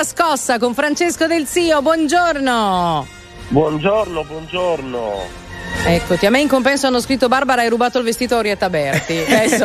La scossa con Francesco Del Zio, buongiorno. Buongiorno. Eccoti, a me in compenso hanno scritto: Barbara, hai rubato il vestito a Orietta Berti. Adesso.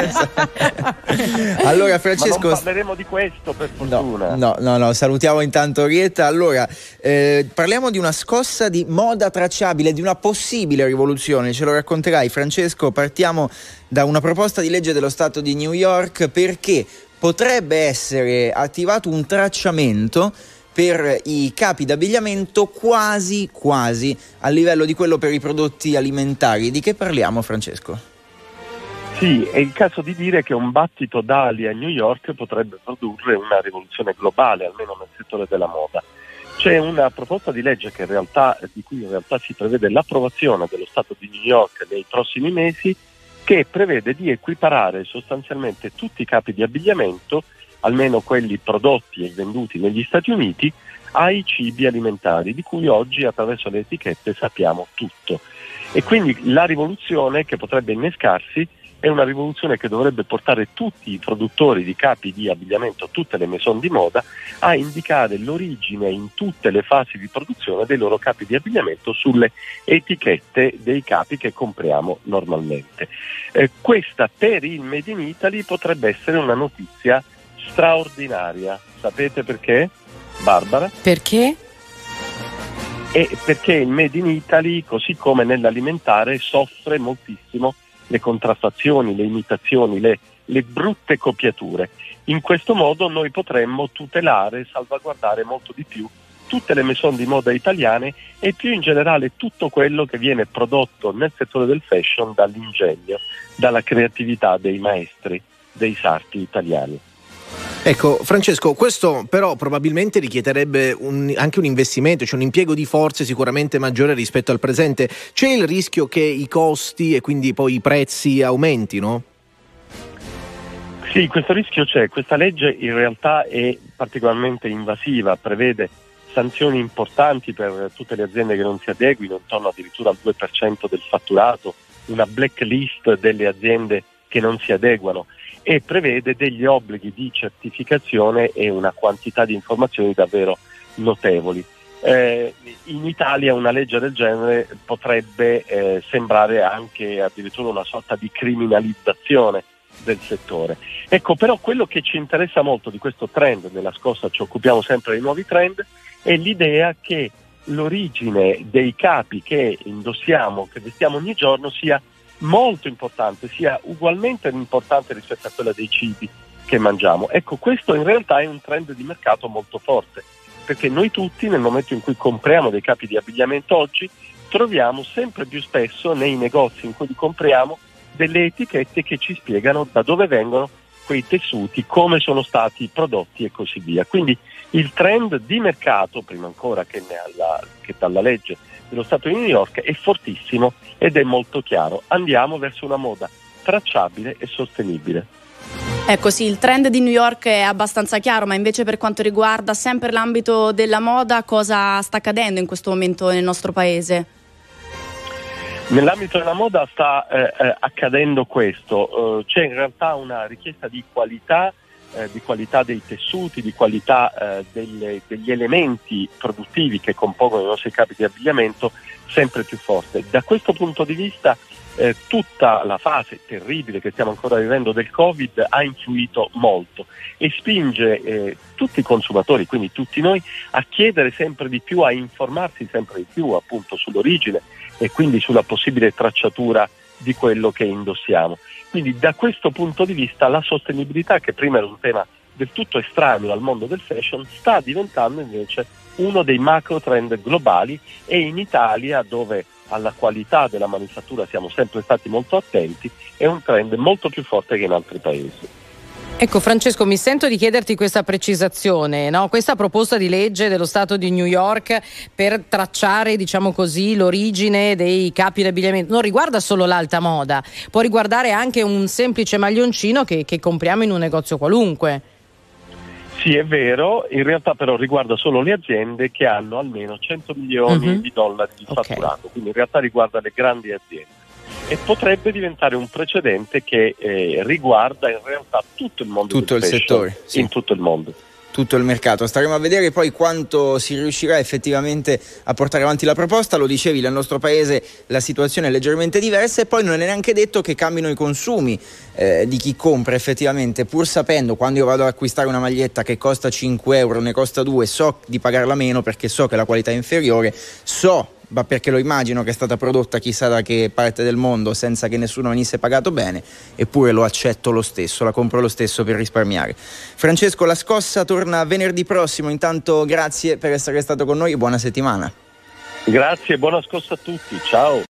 Allora Francesco, ma non parleremo di questo, per fortuna. No, salutiamo intanto Orietta. Allora, parliamo di una scossa di moda tracciabile, di una possibile rivoluzione, ce lo racconterai Francesco. Partiamo da una proposta di legge dello Stato di New York, perché potrebbe essere attivato un tracciamento per i capi d'abbigliamento quasi a livello di quello per i prodotti alimentari. Di che parliamo, Francesco? Sì, è il caso di dire che un battito d'ali a New York potrebbe produrre una rivoluzione globale, almeno nel settore della moda. C'è una proposta di legge di cui in realtà si prevede l'approvazione dello Stato di New York nei prossimi mesi, che prevede di equiparare sostanzialmente tutti i capi di abbigliamento, almeno quelli prodotti e venduti negli Stati Uniti, ai cibi alimentari, di cui oggi attraverso le etichette sappiamo tutto. E quindi la rivoluzione che potrebbe innescarsi è una rivoluzione che dovrebbe portare tutti i produttori di capi di abbigliamento, tutte le maison di moda, a indicare l'origine in tutte le fasi di produzione dei loro capi di abbigliamento sulle etichette dei capi che compriamo normalmente. Questa per il Made in Italy potrebbe essere una notizia straordinaria. Sapete perché, Barbara? Perché? Perché il Made in Italy, così come nell'alimentare, soffre moltissimo le contraffazioni, le imitazioni, le brutte copiature. In questo modo noi potremmo tutelare, salvaguardare molto di più tutte le maison di moda italiane e più in generale tutto quello che viene prodotto nel settore del fashion dall'ingegno, dalla creatività dei maestri, dei sarti italiani. Ecco Francesco, questo però probabilmente richiederebbe anche un investimento, cioè un impiego di forze sicuramente maggiore rispetto al presente. C'è il rischio che i costi e quindi poi i prezzi aumentino? Sì, questo rischio c'è. Questa legge in realtà è particolarmente invasiva, prevede sanzioni importanti per tutte le aziende che non si adeguino, intorno addirittura al 2% del fatturato, una blacklist delle aziende che non si adeguano, e prevede degli obblighi di certificazione e una quantità di informazioni davvero notevoli. In Italia una legge del genere potrebbe sembrare anche addirittura una sorta di criminalizzazione del settore. Ecco, però quello che ci interessa molto di questo trend, nella scorsa ci occupiamo sempre dei nuovi trend, è l'idea che l'origine dei capi che indossiamo, che vestiamo ogni giorno, sia molto importante, sia ugualmente importante rispetto a quella dei cibi che mangiamo. Ecco, questo in realtà è un trend di mercato molto forte, perché noi tutti nel momento in cui compriamo dei capi di abbigliamento oggi troviamo sempre più spesso nei negozi in cui li compriamo delle etichette che ci spiegano da dove vengono quei tessuti, come sono stati prodotti e così via. Quindi il trend di mercato, prima ancora che dalla legge dello Stato di New York, è fortissimo ed è molto chiaro. Andiamo verso una moda tracciabile e sostenibile. Ecco sì, il trend di New York è abbastanza chiaro, ma invece per quanto riguarda sempre l'ambito della moda, cosa sta accadendo in questo momento nel nostro paese? Nell'ambito della moda sta accadendo questo, c'è in realtà una richiesta di qualità dei tessuti, di qualità degli elementi produttivi che compongono i nostri capi di abbigliamento sempre più forte. Da questo punto di vista tutta la fase terribile che stiamo ancora vivendo del Covid ha influito molto e spinge tutti i consumatori, quindi tutti noi, a chiedere sempre di più, a informarsi sempre di più appunto sull'origine e quindi sulla possibile tracciatura di quello che indossiamo. Quindi da questo punto di vista la sostenibilità, che prima era un tema del tutto estraneo al mondo del fashion, sta diventando invece uno dei macro trend globali, e in Italia, dove alla qualità della manifattura siamo sempre stati molto attenti, è un trend molto più forte che in altri paesi. Ecco Francesco, mi sento di chiederti questa precisazione, no? Questa proposta di legge dello Stato di New York per tracciare, diciamo così, l'origine dei capi d'abbigliamento non riguarda solo l'alta moda, può riguardare anche un semplice maglioncino che compriamo in un negozio qualunque. Sì, è vero, in realtà però riguarda solo le aziende che hanno almeno 100 milioni di dollari di fatturato, quindi in realtà riguarda le grandi aziende. E potrebbe diventare un precedente che riguarda in realtà tutto il mondo del fashion, settore, sì. In tutto il mondo. tutto il mercato. Staremo a vedere poi quanto si riuscirà effettivamente a portare avanti la proposta. Lo dicevi, nel nostro paese la situazione è leggermente diversa e poi non è neanche detto che cambino i consumi di chi compra effettivamente, pur sapendo, quando io vado ad acquistare una maglietta che costa 5 euro, ne costa 2, so di pagarla meno perché so che la qualità è inferiore, ma perché lo immagino che è stata prodotta chissà da che parte del mondo senza che nessuno venisse pagato bene, eppure lo accetto lo stesso, la compro lo stesso per risparmiare. Francesco, La Scossa torna venerdì prossimo, intanto grazie per essere stato con noi, buona settimana. Grazie, buona scossa a tutti, ciao.